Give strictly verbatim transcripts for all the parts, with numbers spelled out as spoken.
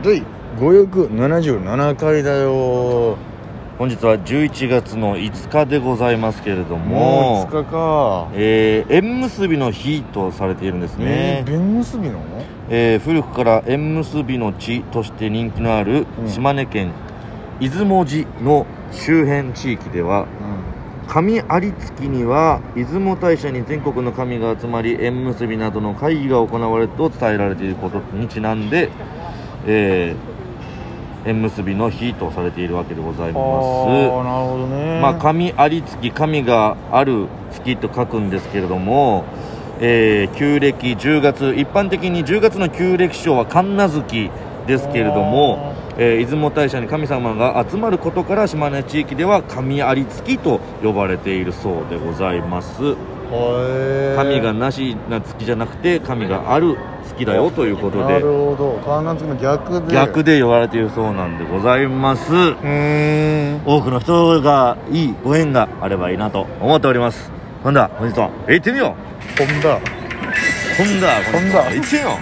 だいごひゃくななじゅうななかいだよ。 本日はじゅういちがつのいつかでございますけれども、 もういつかか。 えー、縁結びの日とされているんですね。 えー、縁結びの、 えー、古くから縁結びの地として人気のある島根県出雲寺の周辺地域では、神有月には出雲大社に全国の神が集まり縁結びなどの会議が行われると伝えられていることにちなんで、えー、縁結びの日とされているわけでございます。 ああ、なるほどね。 まあ、神有月、神がある月と書くんですけれども、えー、旧暦じゅうがつ、一般的にじゅうがつの旧暦賞は神無月ですけれども、えー、出雲大社に神様が集まることから島根地域では神有月と呼ばれているそうでございます。神がなしな月じゃなくて神がある月だよということで、 なるほど、神無月の逆で逆で呼ばれているそうなんでございます。うーん、多くの人がいいご縁があればいいなと思っております。ほんだ本日は行ってみよう。 ほんだほんだほんだ行ってみよう。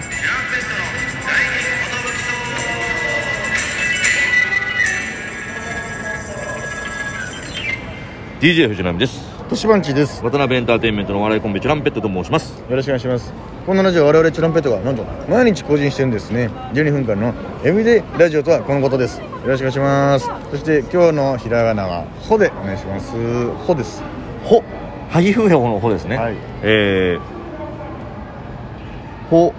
ディージェー 藤波です。 トシバンチです。 渡辺エンターテインメントのお笑いコンビチュランペットと申します。 よろしくお願いします。このラジオ、我々チュランペットがなんと毎日更新してるんですね。じゅうにふんかんのエブリデイラジオとはこのことです。よろしくお願いします。そして今日のひらがなはほでお願いします。ほです。 ほ、はぎふへほのほですね。 はい。 えー、ほ、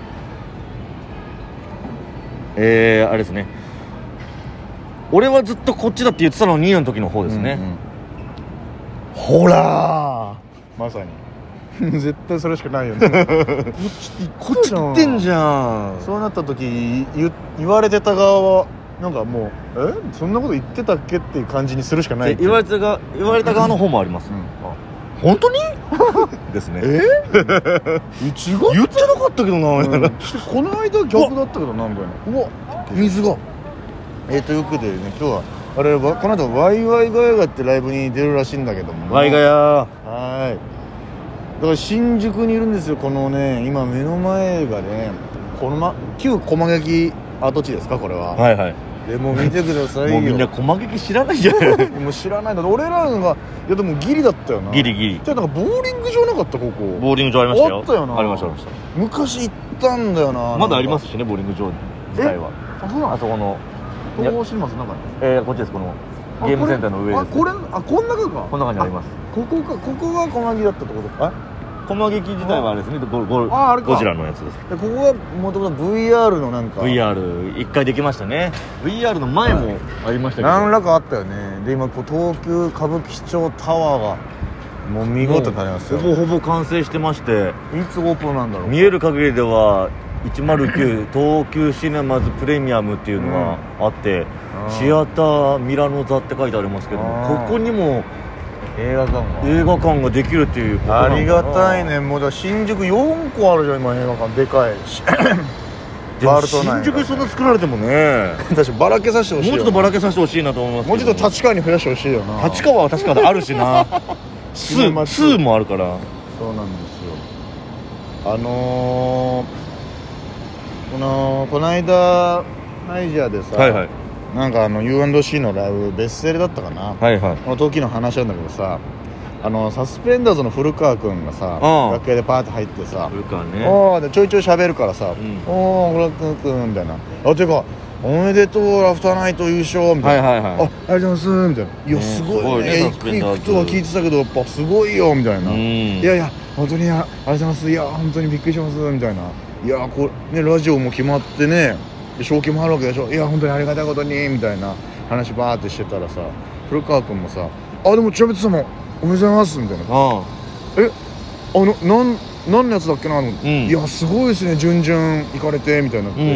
えー、あれですね。俺はずっとこっちだって言ってたのにの時のほですね。うんうん、ほらー、まさに絶対それしかないよね。こっちってこっち行ってんじゃん。 そうなった時 言, 言われてた側はなんかもうえそんなこと言ってたっけっていう感じにするしかない。 言われたが言われた側の方もあります。うん、あ、本当にですね。 えー、うちが言ってなかったけどなみたいな、うん、 この間逆だったけどなみたいな。うわ水がえー、というわけでね、今日はあれこの後ワイワイガヤガってライブに出るらしいんだけども、 ワイガヤはーい、だから新宿にいるんですよ。このね、今目の前がね、この、ま、旧駒劇跡地ですか、これは。 はいはい。 でも見てくださいよ。 もうみんな駒劇知らないじゃん。 もう知らないんだ。俺らがいやでもギリだったよな。 ギリギリ。 じゃあなんかボーリング場なかった、ここ。 ボーリング場ありましたよ。 あったよな。 ありましたありました。 昔行ったんだよな。 まだありますしね、ボーリング場自体は。 あ、そうなの。 あそこの東宝シネマスの中に。 えー、こっちです。このゲームセンターの上です。 あ、これ、あ、こん中か。 こん中にあります。 ここか、ここが駒劇だったってことか。 駒劇自体はあれですね、ゴ, ゴ, ああれゴジラのやつです。 でここがもともと ブイアール のなんかブイアール 一回できましたね。 ブイアール の前もありましたけど、 何らかあったよね。で今こう東急歌舞伎町タワーがもう見事になりますよ。 ほぼほぼ完成してまして、 いつオープンなんだろう。 見える限りではいちまるきゅう東急シネマズプレミアムっていうのがあって、うん、シアターミラノ座って書いてありますけども、ここにも映画館が映画館ができるっていうことなのかな。 ありがたいね。もうだ新宿よんこあるじゃん今、映画館でかいし。 でも新宿にそんな作られてもね確かにばらけさせてほしいよ。 もうちょっとばらけさせてほしいなと思います。 もうちょっと立川に増やしてほしいよな。 立川は確かにあるしな。ツーもあるから。 そうなんですよ。あのー、このこの間ナイジャーでさ、はいはい、なんかあの ユーアンドシー のライブベストセレだったかな、はいはい、この時の話なんだけどさ、あのサスペンダーズの古川君がさ楽屋でパーって入ってさ、古川ね、おーでちょいちょい喋るからさ、うん、おー古川君みたいな、あていうかおめでとうラフターナイト優勝みたいな、はいはいはい、あありがとうございますみたいな、いやすごいね、いくいくとは聞いてたけどやっぱすごいよみたいな、うん、いやいや本当にありがとうございます、いや本当にびっくりしますみたいな、いやこれねラジオも決まってね賞金もあるわけでしょ、いや本当にありがたいことにみたいな話バーってしてたらさ、古川君もさ、あでもチラベットさんもおめでとうございますみたいな、あえあのなん何のやつだっけな、うん、いやすごいですね順々行かれてみたいになって、うん、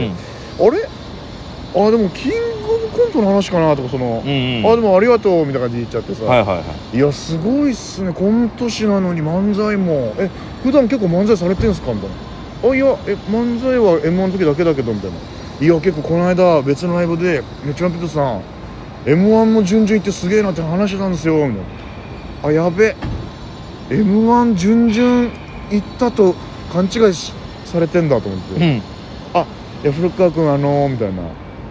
あれあでもキングオブコントの話かなとか、その、うんうん、あでもありがとうみたいな感じで言っちゃってさ、はいはいはい、いやすごいっすねコント師なのに漫才もえ普段結構漫才されてんすかみたいな、あいやえ漫才は エムワン の時だけだけどみたいな、いや結構この間別のライブでねチュランペットさん エムワン も順々行ってすげえなって話してたんですよみたいな、あやべ エムワン 順々行ったと勘違いされてんだと思って、うん、あいや古川君あのー、みたいな、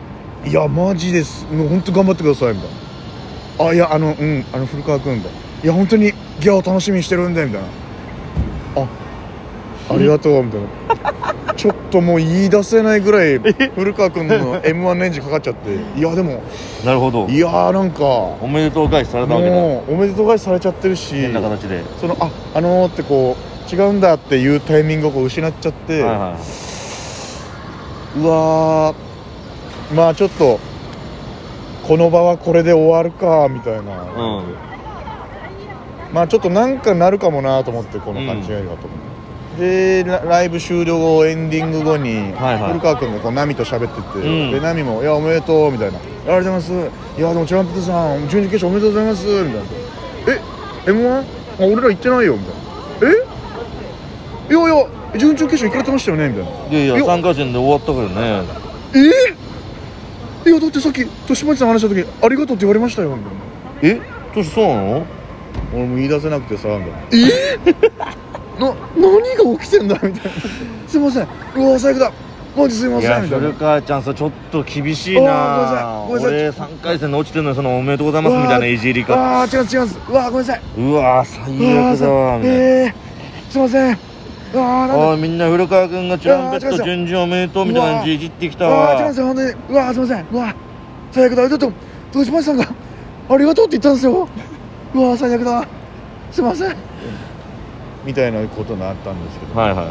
いやマジですもう本当頑張ってくださいみたいな。あいやあのうんあの古川君みたいな。いや本当にギャオ楽しみにしてるんでみたいな。あありがとうみたいな。ちょっともう言い出せないぐらい古川君の エムワン レンジかかっちゃって。いやでもなるほど。 いやーなんかおめでとう返しされたわけだ。 もうおめでとう返しされちゃってるし、 変な形でそのああのーってこう違うんだっていうタイミングをこう失っちゃって、 はいはい、 うわーまあちょっとこの場はこれで終わるかみたいな、 うん、 まあちょっとなんかなるかもなと思ってこの勘違いがと思って、うん、でライブ終了後エンディング後に、はいはい、古川君がこうナミと喋ってて、うん、でナミも「いやおめでとう」みたいな「ありがとうございます」「いやでもチュランペットさん準々決勝おめでとうございます」みたいな「え エムワン？ あ俺ら行ってないよ」みたいな「えいやいや準々決勝行かれてましたよね」みたいな「 いやいやさんかい戦で終わったからね」 えー、いやだってさっき豊島さん話した時「ありがとう」って言われましたよみたいな。 えトシそうなの？ 俺も言い出せなくてさみたいなえー、な何が起きてんだみたいなすいませんうわ最悪だマジすいませんみたいな。 古川ちゃんさちょっと厳しいな。ごめんなさい俺さんかい戦で落ちてるのにそのおめでとうございますみたいないじり方。 ああ違う違ううわごめんなさいうわ最悪だわみたいな。 えー、すいませんあああみんな古川君がチュランペット順々おめでとうみたいな感じいじってきたわ。 ああ違うんですよ本当にうわすいませんうわ最悪だだって豊島さんがありがとうって言ったんですようわ最悪だすいませんみたいなことがあったんですけど、 はいはい、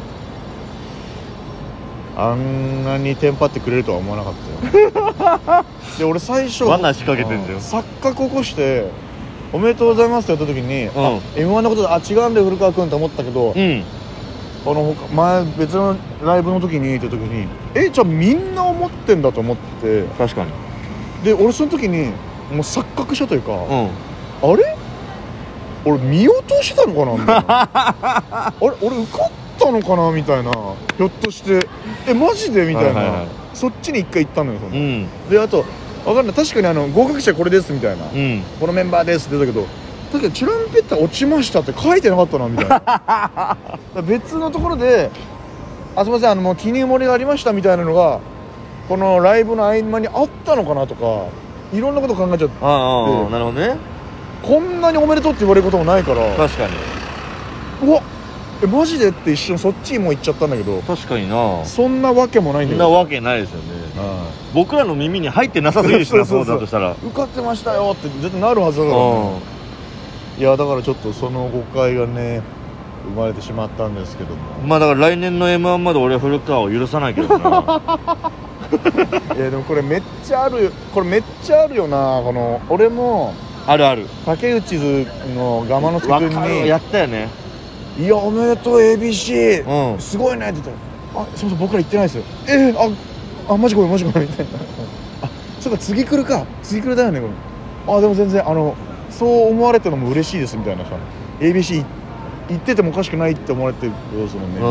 あんなにテンパってくれるとは思わなかったよで俺最初罠仕掛けてんだよ、 うん、錯覚起こしておめでとうございますって言った時に、うん、あ エムワン のことであ違うんだよ古川君と思ったけど、うん、あの前別のライブの時にって時にえじゃあみんな思ってんだと思って。 確かにで俺その時にもう錯覚したというか、うん、あれ俺見落としたのかなみたいなあれ俺受かったのかなみたいなひょっとしてえマジでみたいな、はいはいはい、そっちに一回行ったのよその、うん、であと分かんない確かにあの合格者これですみたいな、うん、このメンバーですって言ったけど確かにチュランペッター落ちましたって書いてなかったなみたいな別のところであすみませんあのもう記入漏れがありましたみたいなのがこのライブの合間にあったのかなとかいろんなこと考えちゃってああなるほどねこんなにおめでとうって言われることもないから確かにうわえマジでって一瞬そっちにも行っちゃったんだけど確かになそんなわけもないんだけどそんなわけないですよね僕らの耳に入ってなさすぎるしなそうだとしたら受かってましたよって絶対なるはずだからねいやだからちょっとその誤解がね生まれてしまったんですけどもまあだから来年の エムワン まで俺は古川を許さないけどないやでもこれめっちゃあるこれめっちゃあるよなこの俺もあるある竹内図のガマノスケ君にやったよねいやおめでとう エービーシー、うん、すごいねって言ったらあすいません僕ら行ってないですよえー、ああマジごめんマジごめんみたいなあそうか次来るか次来るだよねこれあでも全然あのそう思われてるのも嬉しいですみたいなさ エービーシー 行っててもおかしくないって思われてる様子もんね、うん、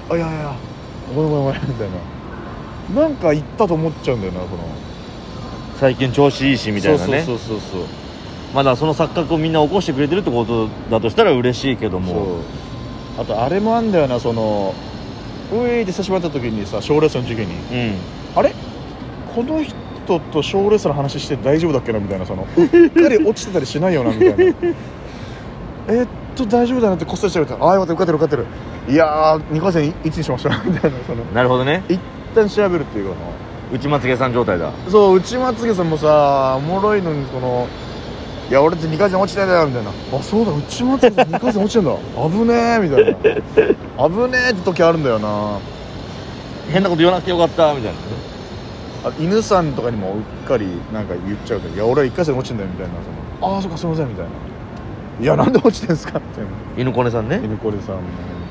あいやいやごめんごめんごめんみたいななんか行ったと思っちゃうんだよなこの最近調子いいしみたいなねそうそうそうそうまだその錯覚をみんな起こしてくれてるってことだとしたら嬉しいけどもあとあれもあんだよなそのウェイで久しぶりに会った時にさ賞レースの授業に、うん、あれこの人と賞レースの話して大丈夫だっけなみたいなそのうっかり落ちてたりしないよなみたいなえっと大丈夫だなってこっそり調べたらああよかった受かってる受かってるいやーにかい戦いつにしましたみたいなそのなるほどね一旦調べるっていうかな内まつげさん状態だそう内まつげさんもさおもろいのにこのいや俺ってにかい戦落ちてんだよみたいなあそうだ内まつげさんにかい戦落ちてんだ危ねえみたいな危ねえって時あるんだよな変なこと言わなくてよかったみたいなあ犬さんとかにもうっかりなんか言っちゃうけどいや俺はいっかい戦落ちてんだよみたいなそのああそうかすいませんみたいないやなんで落ちてんすかって犬こねさんね犬こねさんも、うん、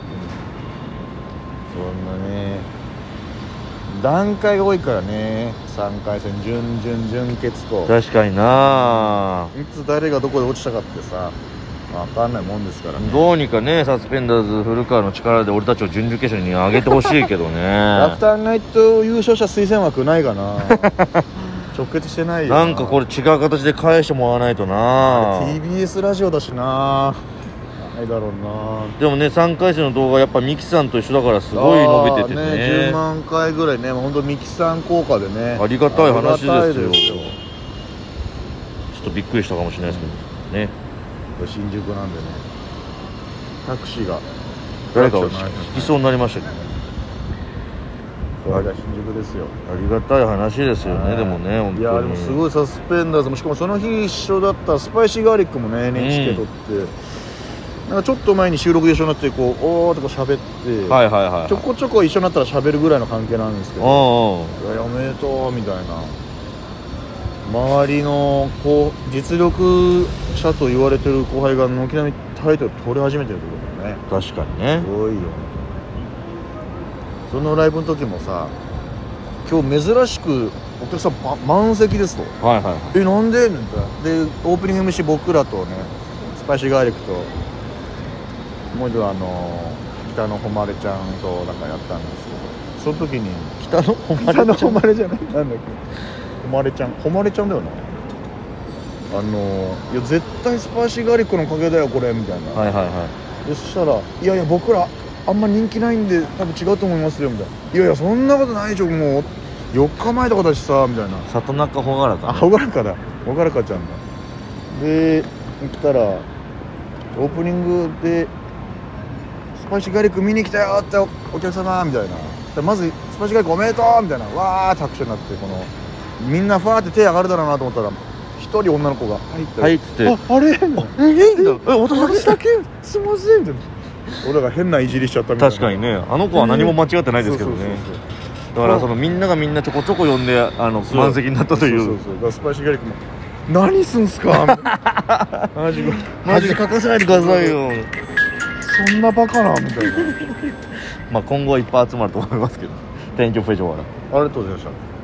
そんなね段階が多いからねさんかい戦準々準決と確かにないつ誰がどこで落ちたかってさ分かんないもんですからねどうにかねサスペンダーズ古川の力で俺たちを準々決勝に上げてほしいけどねラフターナイト優勝者推薦枠ないかな直結してないよななんかこれ違う形で返してもらわないとなティービーエス ラジオだしなないだろうな。 でもねさんかいせんの動画やっぱミキさんと一緒だからすごい伸びてて ね, ねじゅうまんかいぐらいね、本当ミキさん効果でね、 ありがたい話ですよ。 ありがたいですよ。 ちょっとびっくりしたかもしれないですけど、ね、 新宿なんでね、タクシーが誰かを引きそうになりましたけどね。 これが新宿ですよ。 ありがたい話ですよね。でもね、本当にいやでもすごいサスペンダーズも、しかもその日一緒だったスパイシーガーリックもね エヌエイチケー 撮って、うん、なんかちょっと前に収録で一緒になってこうおーってこう喋って、 はいはいはいはい、 ちょこちょこ一緒になったら喋るぐらいの関係なんですけど、いやおめでとうみたいな、周りのこう実力者と言われてる後輩が軒並みタイトル取り始めてるってことだよね。 確かにね、 すごいよ。そのライブの時もさ、今日珍しくお客さん、ま、満席ですと。 はいはいはい、 えなんでみたいな。でオープニング エムシー 僕らとね、スパイシーガーリックともう一度あの北の誉ちゃんとなんかやったんですけど、その時に北の誉北の誉じゃないなんだっけ、誉ちゃん誉ちゃんだよな。あのいや絶対スパイシーガーリックのおかげだよこれみたいな。 はいはいはい。 でそしたらいやいや僕らあんま人気ないんで多分違うと思いますよみたいな。いやいやそんなことないでしょ、もうよっかまえとかだしさみたいな。 里中ほがらか、ね、 あほがらかだ、ほがらかちゃんだ。で行ったらオープニングでスパイシーガーリック見に来たよってお客様みたいな。でまずスパイシーガーリックおめでとうみたいなわーって拍手になって、このみんなファーって手上がるだろうなと思ったら一人女の子が入って入ってて、 ああれええ私だけすいませんみたいな。俺が変ないじりしちゃったみたいな。 確かにね、あの子は何も間違ってないですけどね。だからそのみんながみんなちょこちょこ呼んであの満席になったという。 そうそうそう。だからスパイシーガーリックも何すんすかマジマジで書かせないでくださいよ。 そんなバカなみたいな。 まあ今後はいっぱい集まると思いますけど。Thank you for your ありがとうございました。